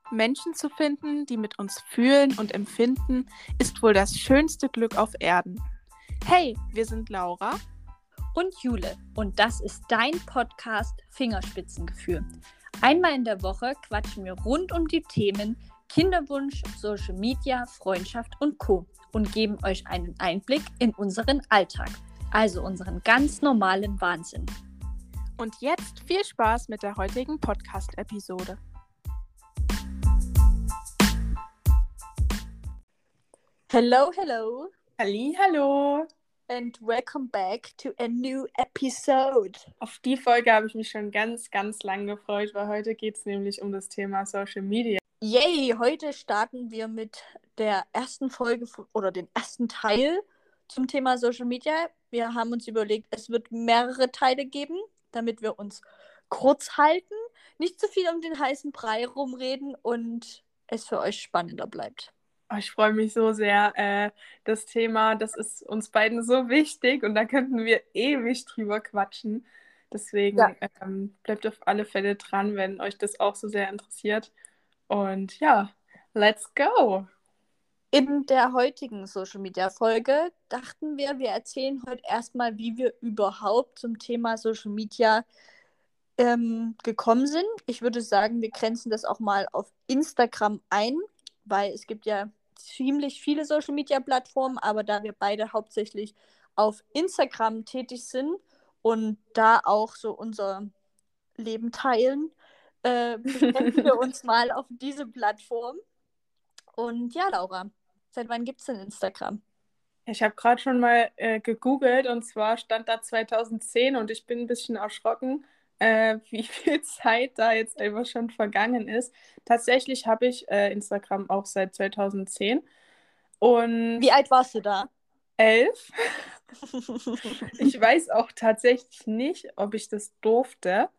Menschen zu finden, die mit uns fühlen und empfinden, ist wohl das schönste Glück auf Erden. Hey, wir sind Laura und Jule und das ist dein Podcast Fingerspitzengefühl. Einmal in der Woche quatschen wir rund um die Themen Kinderwunsch, Social Media, Freundschaft und Co. und geben euch einen Einblick in unseren Alltag, also unseren ganz normalen Wahnsinn. Und jetzt viel Spaß mit der heutigen Podcast-Episode. Hello, hello. Hallo. And welcome back to a new episode. Auf die Folge habe ich mich schon ganz, ganz lang gefreut, weil heute geht es nämlich um das Thema Social Media. Yay, heute starten wir mit der ersten Folge oder den ersten Teil zum Thema Social Media. Wir haben uns überlegt, es wird mehrere Teile geben, damit wir uns kurz halten, nicht zu viel um den heißen Brei rumreden und es für euch spannender bleibt. Oh, ich freue mich so sehr. Das Thema, das ist uns beiden so wichtig und da könnten wir ewig drüber quatschen. Deswegen bleibt auf alle Fälle dran, wenn euch das auch so sehr interessiert. Und ja, let's go! In der heutigen Social-Media-Folge dachten wir erzählen heute erstmal, wie wir überhaupt zum Thema Social Media gekommen sind. Ich würde sagen, wir grenzen das auch mal auf Instagram ein, weil es gibt ja ziemlich viele Social-Media-Plattformen, aber da wir beide hauptsächlich auf Instagram tätig sind und da auch so unser Leben teilen, beschränken wir uns mal auf diese Plattform. Und ja, Laura, seit wann gibt es denn Instagram? Ich habe gerade schon mal gegoogelt und zwar stand da 2010 und ich bin ein bisschen erschrocken, wie viel Zeit da jetzt einfach schon vergangen ist. Tatsächlich habe ich Instagram auch seit 2010 und Wie alt warst du da? 11. Ich weiß auch tatsächlich nicht, ob ich das durfte.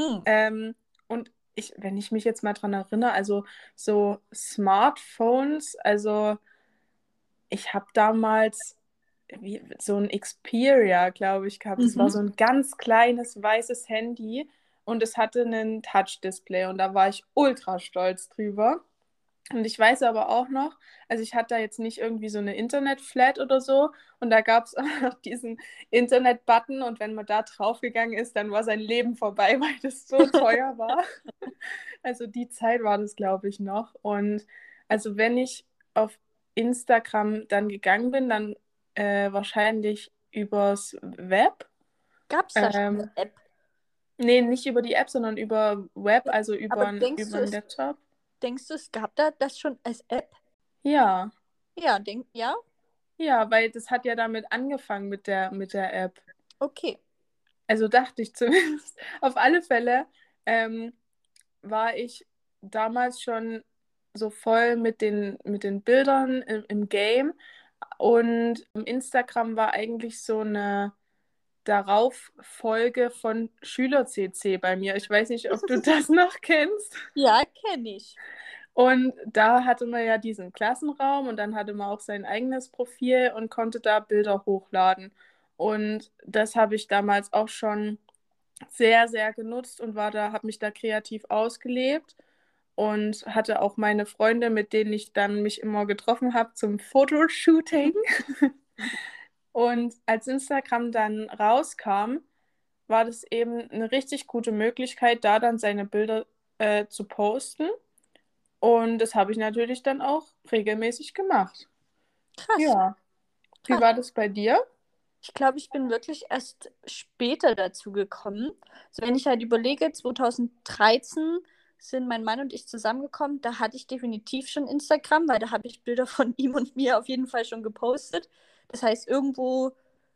Und wenn ich mich jetzt mal dran erinnere, also so Smartphones, also ich habe damals so ein Xperia, glaube ich, gehabt. Das war so ein ganz kleines weißes Handy und es hatte einen Touch-Display und da war ich ultra stolz drüber. Und ich weiß aber auch noch, also ich hatte da jetzt nicht irgendwie so eine Internet-Flat oder so und da gab es auch noch diesen Internet-Button und wenn man da draufgegangen ist, dann war sein Leben vorbei, weil das so teuer war. Also die Zeit war das, glaube ich, noch. Und also wenn ich auf Instagram dann gegangen bin, dann wahrscheinlich übers Web. Gab es da schon eine App? Nee, nicht über die App, sondern über Web, also über einen Laptop. Denkst du, es gab da das schon als App? Ja. Ja, ja? Ja, weil das hat ja damit angefangen mit der App. Okay. Also dachte ich zumindest. Auf alle Fälle war ich damals schon so voll mit den Bildern im Game und Instagram war eigentlich so eine Darauffolge von Schüler-CC bei mir. Ich weiß nicht, ob du das noch kennst. Ja, kenne ich. Und da hatte man ja diesen Klassenraum und dann hatte man auch sein eigenes Profil und konnte da Bilder hochladen. Und das habe ich damals auch schon sehr, sehr genutzt und habe mich da kreativ ausgelebt und hatte auch meine Freunde, mit denen ich dann mich immer getroffen habe zum Fotoshooting. Und als Instagram dann rauskam, war das eben eine richtig gute Möglichkeit, da dann seine Bilder zu posten. Und das habe ich natürlich dann auch regelmäßig gemacht. Krass. Ja. Wie war das bei dir? Ich glaube, ich bin wirklich erst später dazu gekommen. Also wenn ich halt überlege, 2013 sind mein Mann und ich zusammengekommen, da hatte ich definitiv schon Instagram, weil da habe ich Bilder von ihm und mir auf jeden Fall schon gepostet. Das heißt, irgendwo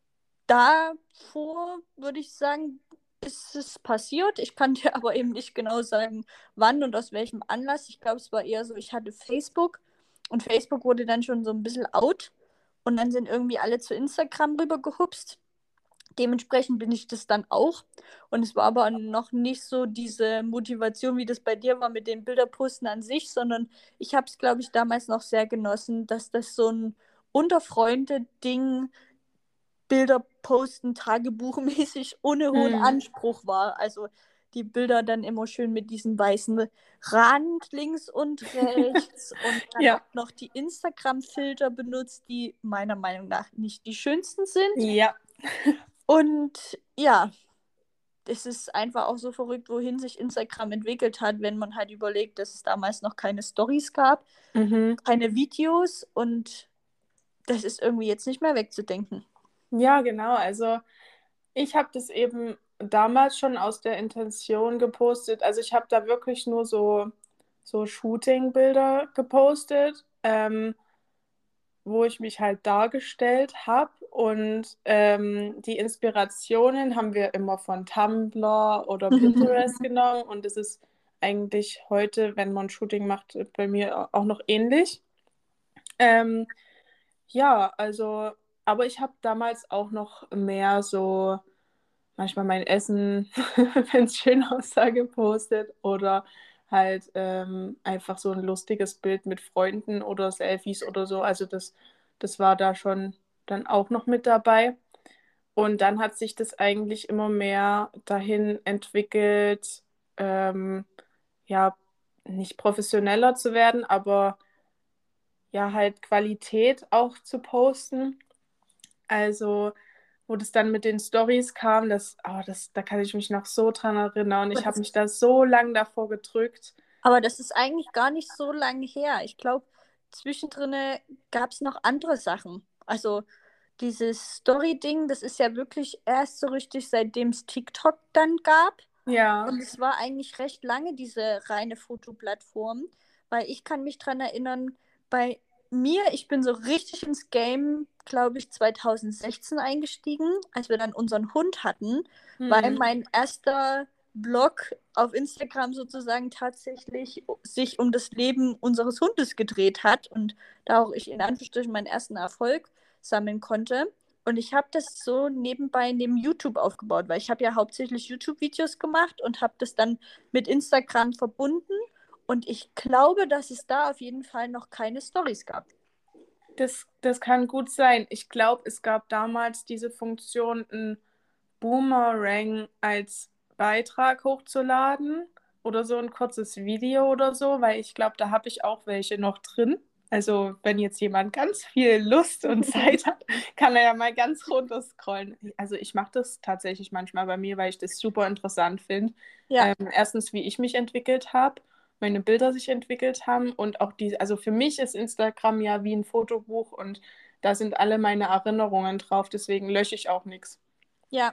davor, würde ich sagen, ist es passiert. Ich kann dir aber eben nicht genau sagen, wann und aus welchem Anlass. Ich glaube, es war eher so, ich hatte Facebook und Facebook wurde dann schon so ein bisschen out und dann sind irgendwie alle zu Instagram rüber gehupst. Dementsprechend bin ich das dann auch. Und es war aber noch nicht so diese Motivation, wie das bei dir war mit den Bilderposten an sich, sondern ich habe es, glaube ich, damals noch sehr genossen, dass das so ein Unter-Freunde-Ding, Bilder posten, tagebuchmäßig, ohne hohen Anspruch war. Also die Bilder dann immer schön mit diesem weißen Rand links und rechts und dann Ja. auch noch die Instagram-Filter benutzt, die meiner Meinung nach nicht die schönsten sind. Ja. Und ja, es ist einfach auch so verrückt, wohin sich Instagram entwickelt hat, wenn man halt überlegt, dass es damals noch keine Stories gab, keine Videos und das ist irgendwie jetzt nicht mehr wegzudenken. Ja, genau. Also ich habe das eben damals schon aus der Intention gepostet. Also ich habe da wirklich nur so Shooting-Bilder gepostet, wo ich mich halt dargestellt habe. Und die Inspirationen haben wir immer von Tumblr oder Pinterest genommen. Und es ist eigentlich heute, wenn man Shooting macht, bei mir auch noch ähnlich. Ähm, ja, also, aber ich habe damals auch noch mehr so manchmal mein Essen, wenn es schön aussah, gepostet oder halt einfach so ein lustiges Bild mit Freunden oder Selfies oder so. Also das war da schon dann auch noch mit dabei. Und dann hat sich das eigentlich immer mehr dahin entwickelt, ja, nicht professioneller zu werden, aber ja, halt Qualität auch zu posten. Also, wo das dann mit den Stories kam, da kann ich mich noch so dran erinnern. Ich habe mich da so lang davor gedrückt. Aber das ist eigentlich gar nicht so lange her. Ich glaube, zwischendrin gab es noch andere Sachen. Also dieses Story-Ding, das ist ja wirklich erst so richtig, seitdem es TikTok dann gab. Ja. Und es war eigentlich recht lange diese reine Fotoplattform, weil ich kann mich daran erinnern, bei mir, ich bin so richtig ins Game, glaube ich, 2016 eingestiegen, als wir dann unseren Hund hatten, weil mein erster Blog auf Instagram sozusagen tatsächlich sich um das Leben unseres Hundes gedreht hat und da auch ich in Anführungsstrichen meinen ersten Erfolg sammeln konnte. Und ich habe das so nebenbei neben YouTube aufgebaut, weil ich habe ja hauptsächlich YouTube-Videos gemacht und habe das dann mit Instagram verbunden. Und ich glaube, dass es da auf jeden Fall noch keine Stories gab. Das kann gut sein. Ich glaube, es gab damals diese Funktion, ein Boomerang als Beitrag hochzuladen oder so ein kurzes Video oder so, weil ich glaube, da habe ich auch welche noch drin. Also, wenn jetzt jemand ganz viel Lust und Zeit hat, kann er ja mal ganz runter scrollen. Also, ich mache das tatsächlich manchmal bei mir, weil ich das super interessant finde. Ja. Erstens, wie ich mich entwickelt habe, meine Bilder sich entwickelt haben und auch also für mich ist Instagram ja wie ein Fotobuch und da sind alle meine Erinnerungen drauf, deswegen lösche ich auch nichts. Ja,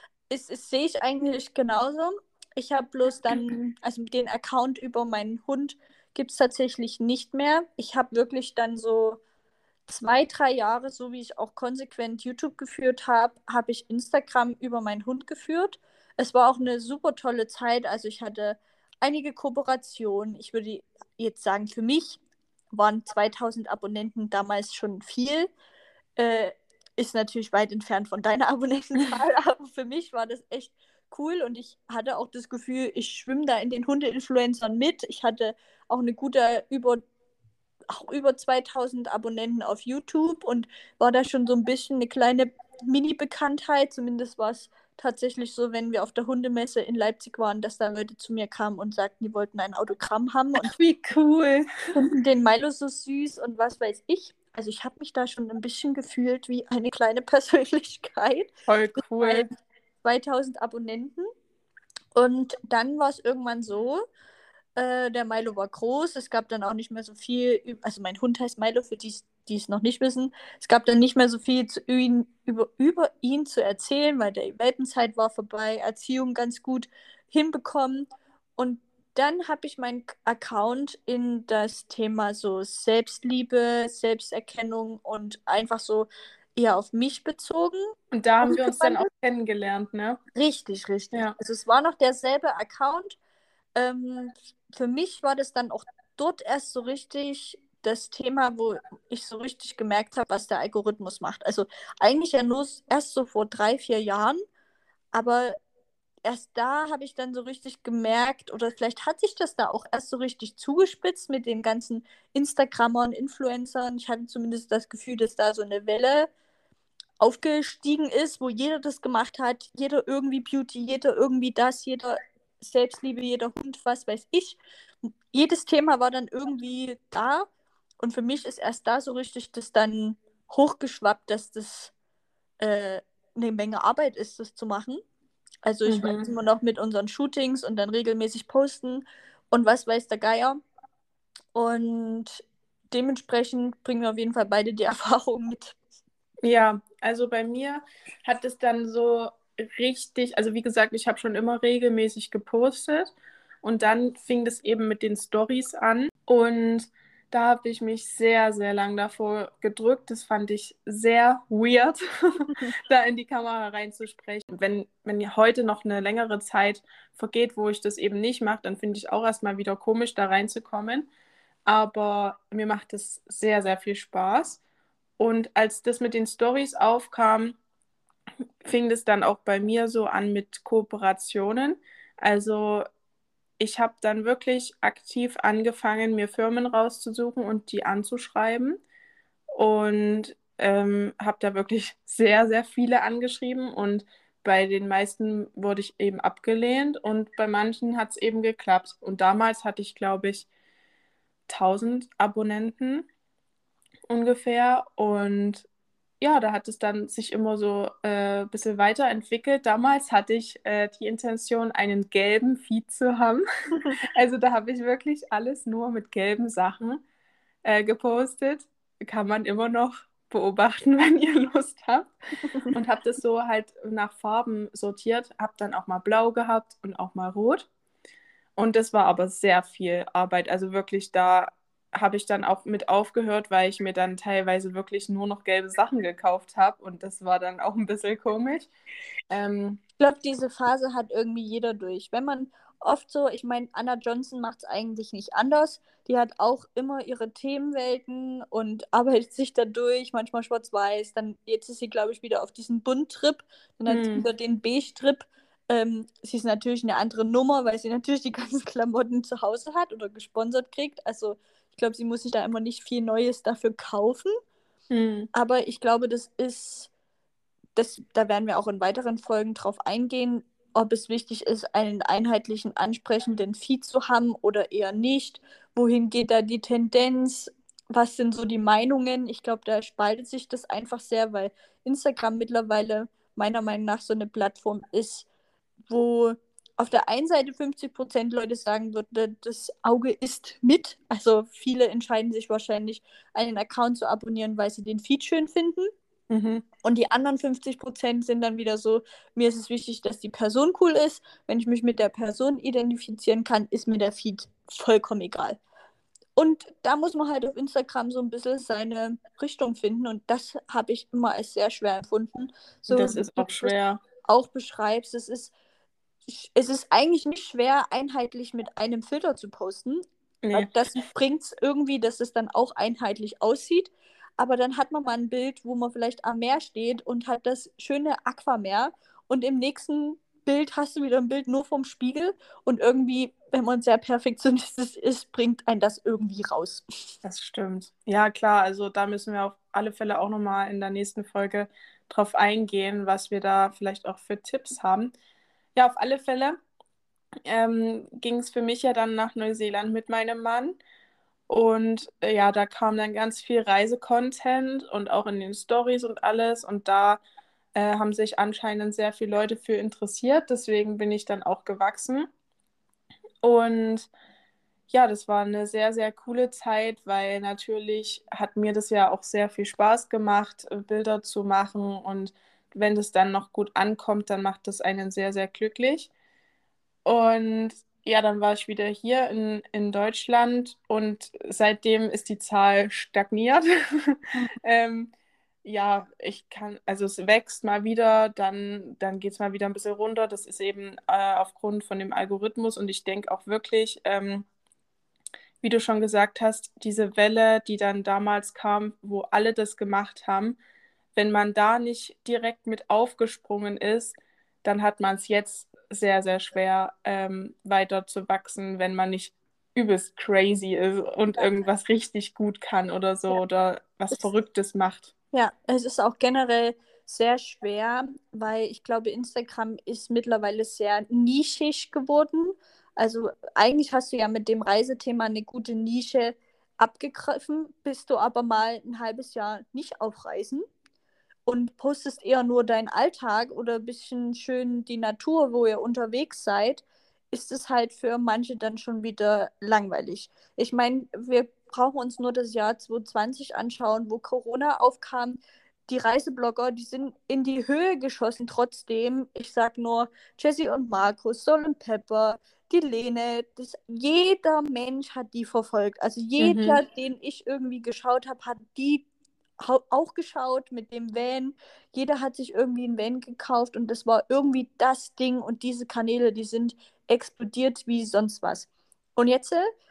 es sehe ich eigentlich genauso. Ich habe bloß dann, also den Account über meinen Hund gibt es tatsächlich nicht mehr. Ich habe wirklich dann so 2, 3 Jahre, so wie ich auch konsequent YouTube geführt habe, habe ich Instagram über meinen Hund geführt. Es war auch eine super tolle Zeit. Also ich hatte einige Kooperationen. Ich würde jetzt sagen, für mich waren 2000 Abonnenten damals schon viel. Äh, Ist natürlich weit entfernt von deiner Abonnentenzahl, aber für mich war das echt cool und ich hatte auch das Gefühl, ich schwimme da in den Hunde-Influencern mit. Ich hatte auch eine gute, auch über 2000 Abonnenten auf YouTube und war da schon so ein bisschen eine kleine Mini-Bekanntheit. Zumindest war es tatsächlich so, wenn wir auf der Hundemesse in Leipzig waren, dass da Leute zu mir kamen und sagten, die wollten ein Autogramm haben und Wie cool. finden den Milo so süß und was weiß ich. Also ich habe mich da schon ein bisschen gefühlt wie eine kleine Persönlichkeit Voll mit cool. 2000 Abonnenten. Und dann war es irgendwann so, der Milo war groß, es gab dann auch nicht mehr so viel, also mein Hund heißt Milo, für die es noch nicht wissen. Es gab dann nicht mehr so viel über ihn zu erzählen, weil der Welpenzeit war vorbei, Erziehung ganz gut hinbekommen. Und dann habe ich meinen Account in das Thema so Selbstliebe, Selbsterkennung und einfach so eher auf mich bezogen. Und da haben wir uns dann auch umgewandelt. kennengelernt, ne? Richtig, richtig. Ja. Also es war noch derselbe Account. Ähm, für mich war das dann auch dort erst so richtig das Thema, wo ich so richtig gemerkt habe, was der Algorithmus macht. Also eigentlich ja nur erst so vor 3, 4 Jahren, aber erst da habe ich dann so richtig gemerkt, oder vielleicht hat sich das da auch erst so richtig zugespitzt mit den ganzen Instagrammern, Influencern. Ich hatte zumindest das Gefühl, dass da so eine Welle aufgestiegen ist, wo jeder das gemacht hat, jeder irgendwie Beauty, jeder irgendwie das, jeder Selbstliebe, jeder Hund, was weiß ich. Jedes Thema war dann irgendwie da und für mich ist erst da so richtig das dann hochgeschwappt, dass das eine Menge Arbeit ist, das zu machen. Also ich weiß immer noch mit unseren Shootings und dann regelmäßig posten und was weiß der Geier. Und dementsprechend bringen wir auf jeden Fall beide die Erfahrung mit. Ja, also bei mir hat es dann so richtig, also wie gesagt, ich habe schon immer regelmäßig gepostet und dann fing das eben mit den Stories an und da habe ich mich sehr, sehr lang davor gedrückt. Das fand ich sehr weird, da in die Kamera reinzusprechen. Wenn heute noch eine längere Zeit vergeht, wo ich das eben nicht mache, dann finde ich auch erstmal wieder komisch, da reinzukommen. Aber mir macht es sehr, sehr viel Spaß. Und als das mit den Stories aufkam, fing das dann auch bei mir so an mit Kooperationen. Also ich habe dann wirklich aktiv angefangen, mir Firmen rauszusuchen und die anzuschreiben. Und habe da wirklich sehr, sehr viele angeschrieben. Und bei den meisten wurde ich eben abgelehnt und bei manchen hat es eben geklappt. Und damals hatte ich, glaube ich, 1000 Abonnenten ungefähr. Und ja, da hat es dann sich immer so ein bisschen weiterentwickelt. Damals hatte ich die Intention, einen gelben Feed zu haben. Also da habe ich wirklich alles nur mit gelben Sachen gepostet. Kann man immer noch beobachten, wenn ihr Lust habt. Und habe das so halt nach Farben sortiert. Habe dann auch mal blau gehabt und auch mal rot. Und das war aber sehr viel Arbeit. Also wirklich, da habe ich dann auch mit aufgehört, weil ich mir dann teilweise wirklich nur noch gelbe Sachen gekauft habe. Und das war dann auch ein bisschen komisch. Ich glaube, diese Phase hat irgendwie jeder durch. Wenn man oft so, ich meine, Anna Johnson macht es eigentlich nicht anders. Die hat auch immer ihre Themenwelten und arbeitet sich da durch, manchmal schwarz-weiß. Dann jetzt ist sie, glaube ich, wieder auf diesen Bunt-Trip. Dann hat sie wieder den Beige-Trip. Sie ist natürlich eine andere Nummer, weil sie natürlich die ganzen Klamotten zu Hause hat oder gesponsert kriegt. Also ich glaube, sie muss sich da immer nicht viel Neues dafür kaufen. Aber ich glaube, da werden wir auch in weiteren Folgen drauf eingehen, ob es wichtig ist, einen einheitlichen, ansprechenden Feed zu haben oder eher nicht. Wohin geht da die Tendenz? Was sind so die Meinungen? Ich glaube, da spaltet sich das einfach sehr, weil Instagram mittlerweile meiner Meinung nach so eine Plattform ist, wo auf der einen Seite 50% Leute sagen würden, das Auge isst mit. Also viele entscheiden sich wahrscheinlich, einen Account zu abonnieren, weil sie den Feed schön finden. Und die anderen 50% sind dann wieder so, mir ist es wichtig, dass die Person cool ist. Wenn ich mich mit der Person identifizieren kann, ist mir der Feed vollkommen egal. Und da muss man halt auf Instagram so ein bisschen seine Richtung finden. Und das habe ich immer als sehr schwer empfunden. So Das wie ist du auch das schwer. auch beschreibst, es ist eigentlich nicht schwer, einheitlich mit einem Filter zu posten. Nee. Das bringt es irgendwie, dass es dann auch einheitlich aussieht. Aber dann hat man mal ein Bild, wo man vielleicht am Meer steht und hat das schöne Aquameer. Und im nächsten Bild hast du wieder ein Bild nur vom Spiegel. Und irgendwie, wenn man sehr perfektionistisch ist, bringt einen das irgendwie raus. Das stimmt. Ja, klar, also da müssen wir auf alle Fälle auch nochmal in der nächsten Folge drauf eingehen, was wir da vielleicht auch für Tipps haben. Ja, auf alle Fälle ging es für mich ja dann nach Neuseeland mit meinem Mann. Und ja, da kam dann ganz viel Reisecontent und auch in den Stories und alles. Und da haben sich anscheinend sehr viele Leute für interessiert. Deswegen bin ich dann auch gewachsen. Und ja, das war eine sehr, sehr coole Zeit, weil natürlich hat mir das ja auch sehr viel Spaß gemacht, Bilder zu machen. Und wenn das dann noch gut ankommt, dann macht das einen sehr, sehr glücklich. Und ja, dann war ich wieder hier in Deutschland und seitdem ist die Zahl stagniert. ähm, ja, also es wächst mal wieder, dann geht es mal wieder ein bisschen runter. Das ist eben aufgrund von dem Algorithmus und ich denke auch wirklich, wie du schon gesagt hast, diese Welle, die dann damals kam, wo alle das gemacht haben, wenn man da nicht direkt mit aufgesprungen ist, dann hat man es jetzt sehr, sehr schwer, weiter zu wachsen, wenn man nicht übelst crazy ist und Ja. irgendwas richtig gut kann oder so Ja. oder was Es, Verrücktes macht. ja, es ist auch generell sehr schwer, weil ich glaube, Instagram ist mittlerweile sehr nischig geworden. Also eigentlich hast du ja mit dem Reisethema eine gute Nische abgegriffen, bist du aber mal ein halbes Jahr nicht auf Reisen und postest eher nur deinen Alltag oder ein bisschen schön die Natur, wo ihr unterwegs seid, ist es halt für manche dann schon wieder langweilig. Ich meine, wir brauchen uns nur das Jahr 2020 anschauen, wo Corona aufkam. Die Reiseblogger, die sind in die Höhe geschossen trotzdem. Ich sag nur Jessie und Markus, Sol und Pepper, die Lene, jeder Mensch hat die verfolgt. Also Mhm. jeder, den ich irgendwie geschaut habe, hat die auch geschaut mit dem Van. Jeder hat sich irgendwie ein Van gekauft und das war irgendwie das Ding und diese Kanäle, die sind explodiert wie sonst was. Und jetzt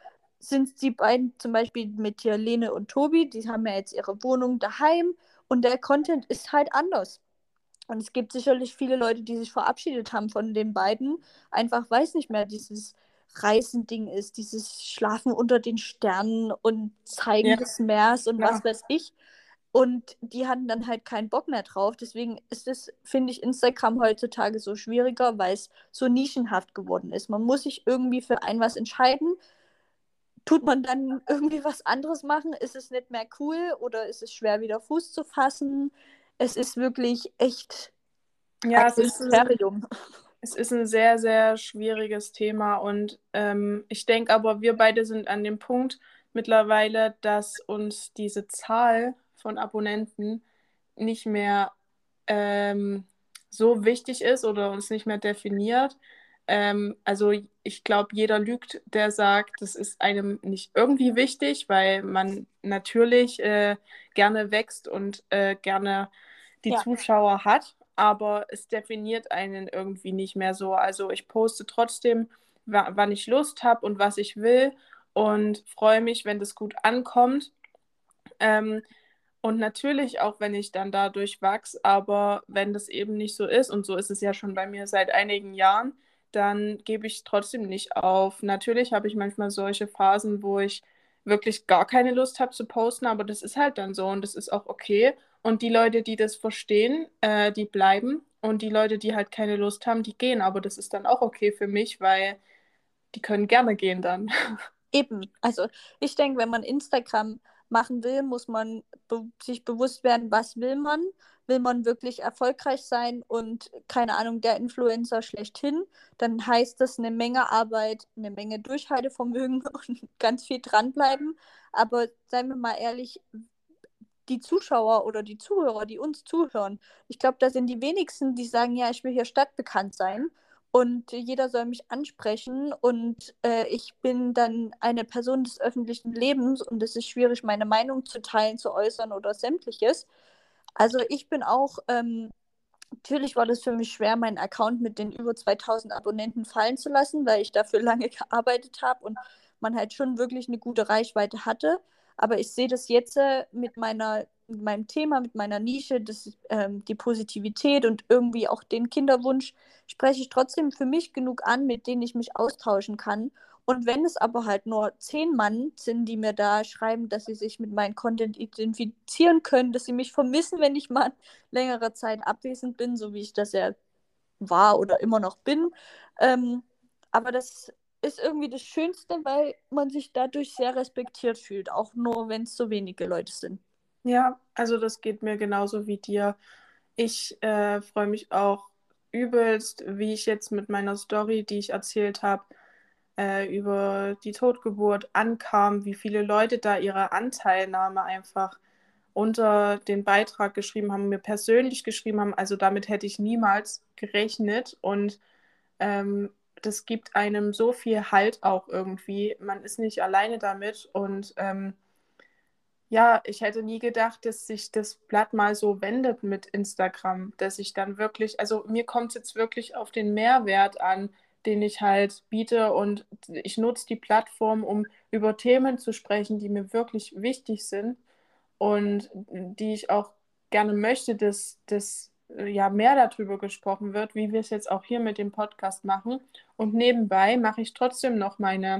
sind die beiden zum Beispiel mit hier Lene und Tobi, die haben ja jetzt ihre Wohnung daheim und der Content ist halt anders. Und es gibt sicherlich viele Leute, die sich verabschiedet haben von den beiden, einfach weil es nicht mehr dieses Reisending ist, dieses Schlafen unter den Sternen und Zeigen Ja, des Meeres und was klar. weiß ich. Und die hatten dann halt keinen Bock mehr drauf. Deswegen ist es, finde ich, Instagram heutzutage so schwieriger, weil es so nischenhaft geworden ist. Man muss sich irgendwie für ein was entscheiden. Tut man dann irgendwie was anderes machen? Ist es nicht mehr cool oder ist es schwer wieder Fuß zu fassen? Es ist wirklich echt ein Ja, Mysterium. es ist ein sehr, sehr schwieriges Thema und ich denke aber, wir beide sind an dem Punkt mittlerweile, dass uns diese Zahl von Abonnenten nicht mehr ähm, so wichtig ist oder uns nicht mehr definiert. Also ich glaube, jeder lügt, der sagt, das ist einem nicht irgendwie wichtig, weil man natürlich gerne wächst und gerne die Ja, Zuschauer hat, aber es definiert einen irgendwie nicht mehr so. Also ich poste trotzdem, wann ich Lust habe und was ich will und freue mich, wenn das gut ankommt. Ähm, und natürlich auch, wenn ich dann dadurch wachse, aber wenn das eben nicht so ist, und so ist es ja schon bei mir seit einigen Jahren, dann gebe ich trotzdem nicht auf. Natürlich habe ich manchmal solche Phasen, wo ich wirklich gar keine Lust habe zu posten, aber das ist halt dann so und das ist auch okay. Und die Leute, die das verstehen, die bleiben. Und die Leute, die halt keine Lust haben, die gehen. Aber das ist dann auch okay für mich, weil die können gerne gehen dann. eben. Also ich denke, wenn man Instagram machen will, muss man sich bewusst werden, was will man? Will man wirklich erfolgreich sein und keine Ahnung, der Influencer schlechthin? Dann heißt das eine Menge Arbeit, eine Menge Durchhaltevermögen und ganz viel dranbleiben. Aber seien wir mal ehrlich, die Zuschauer oder die Zuhörer, die uns zuhören, ich glaube, da sind die wenigsten, die sagen, ja, ich will hier stadtbekannt sein und jeder soll mich ansprechen und ich bin dann eine Person des öffentlichen Lebens und es ist schwierig, meine Meinung zu teilen, zu äußern oder sämtliches. Also ich bin auch, natürlich war das für mich schwer, meinen Account mit den über 2000 Abonnenten fallen zu lassen, weil ich dafür lange gearbeitet habe und man halt schon wirklich eine gute Reichweite hatte. Aber ich sehe das jetzt mit meinem Thema, mit meiner Nische, die Positivität und irgendwie auch den Kinderwunsch, spreche ich trotzdem für mich genug an, mit denen ich mich austauschen kann. Und wenn es aber halt nur 10 Mann sind, die mir da schreiben, dass sie sich mit meinem Content identifizieren können, dass sie mich vermissen, wenn ich mal längere Zeit abwesend bin, so wie ich das ja war oder immer noch bin. Ähm, aber das ist irgendwie das Schönste, weil man sich dadurch sehr respektiert fühlt, auch nur wenn es so wenige Leute sind. Ja, also das geht mir genauso wie dir. Ich freue mich auch übelst, wie ich jetzt mit meiner Story, die ich erzählt habe, über die Totgeburt ankam, wie viele Leute da ihre Anteilnahme einfach unter den Beitrag geschrieben haben, mir persönlich geschrieben haben. Also damit hätte ich niemals gerechnet und das gibt einem so viel Halt auch irgendwie. Man ist nicht alleine damit und ja, ich hätte nie gedacht, dass sich das Blatt mal so wendet mit Instagram, dass ich dann wirklich, also mir kommt es jetzt wirklich auf den Mehrwert an, den ich halt biete und ich nutze die Plattform, um über Themen zu sprechen, die mir wirklich wichtig sind und die ich auch gerne möchte, dass ja mehr darüber gesprochen wird, wie wir es jetzt auch hier mit dem Podcast machen. Und nebenbei mache ich trotzdem noch meine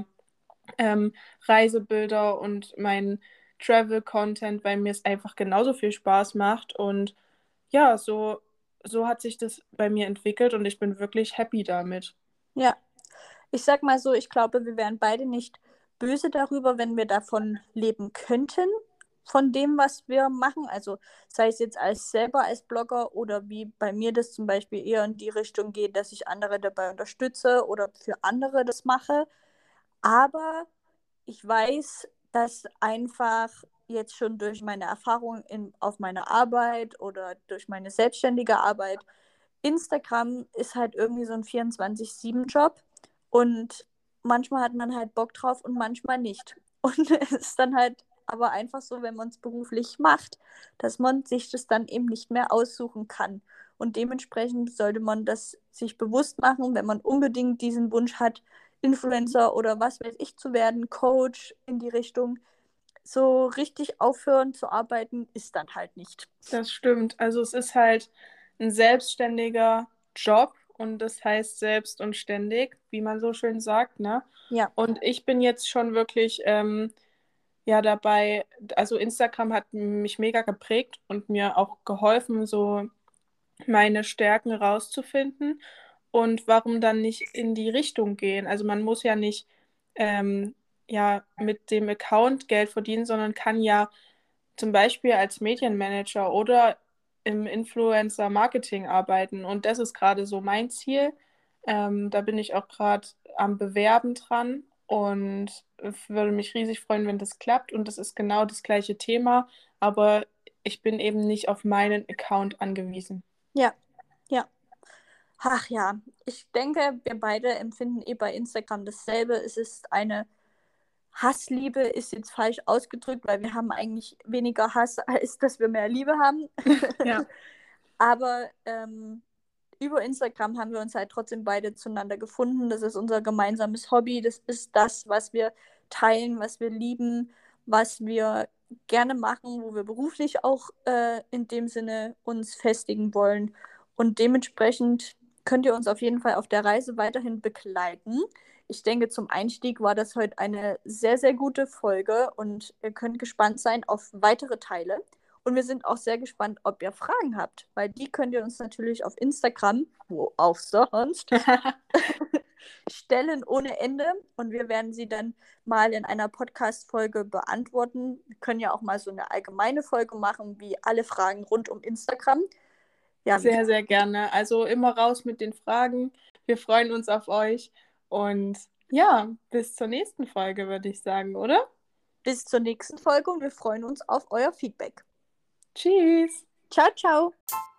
Reisebilder und mein Travel-Content, weil mir es einfach genauso viel Spaß macht. Und ja, so hat sich das bei mir entwickelt und ich bin wirklich happy damit. Ja, ich sag mal so, ich glaube, wir wären beide nicht böse darüber, wenn wir davon leben könnten, von dem, was wir machen. Also sei es jetzt als selber als Blogger oder wie bei mir das zum Beispiel eher in die Richtung geht, dass ich andere dabei unterstütze oder für andere das mache. Aber ich weiß, dass einfach jetzt schon durch meine Erfahrung auf meiner Arbeit oder durch meine selbstständige Arbeit, Instagram ist halt irgendwie so ein 24/7-Job und manchmal hat man halt Bock drauf und manchmal nicht. Und es ist dann halt aber einfach so, wenn man es beruflich macht, dass man sich das dann eben nicht mehr aussuchen kann. Und dementsprechend sollte man das sich bewusst machen, wenn man unbedingt diesen Wunsch hat, Influencer oder was weiß ich zu werden, Coach in die Richtung. So richtig aufhören zu arbeiten ist dann halt nicht. Das stimmt. Also es ist halt ein selbstständiger Job und das heißt selbst und ständig, wie man so schön sagt, ne? Ja, Und ich bin jetzt schon wirklich ja dabei, also Instagram hat mich mega geprägt und mir auch geholfen, so meine Stärken rauszufinden und warum dann nicht in die Richtung gehen. Also man muss ja nicht ja mit dem Account Geld verdienen, sondern kann ja zum Beispiel als Medienmanager oder im Influencer-Marketing arbeiten. Und das ist gerade so mein Ziel. Da bin ich auch gerade am Bewerben dran und würde mich riesig freuen, wenn das klappt. Und das ist genau das gleiche Thema, aber ich bin eben nicht auf meinen Account angewiesen. ja, ja. Ach ja, ich denke, wir beide empfinden eh bei Instagram dasselbe. Es ist eine Hassliebe, ist jetzt falsch ausgedrückt, weil wir haben eigentlich weniger Hass, als dass wir mehr Liebe haben. Ja, Aber über Instagram haben wir uns halt trotzdem beide zueinander gefunden. Das ist unser gemeinsames Hobby. Das ist das, was wir teilen, was wir lieben, was wir gerne machen, wo wir beruflich auch in dem Sinne uns festigen wollen. Und dementsprechend könnt ihr uns auf jeden Fall auf der Reise weiterhin begleiten. Ich denke, zum Einstieg war das heute eine sehr, sehr gute Folge und ihr könnt gespannt sein auf weitere Teile. Und wir sind auch sehr gespannt, ob ihr Fragen habt, weil die könnt ihr uns natürlich auf Instagram, wo auch sonst, stellen ohne Ende. Und wir werden sie dann mal in einer Podcast-Folge beantworten. Wir können ja auch mal so eine allgemeine Folge machen, wie alle Fragen rund um Instagram. Ja, wie sehr, sehr gerne. Also immer raus mit den Fragen. Wir freuen uns auf euch und ja, bis zur nächsten Folge, würde ich sagen, oder? bis zur nächsten Folge und wir freuen uns auf euer Feedback. Tschüss! Ciao, ciao!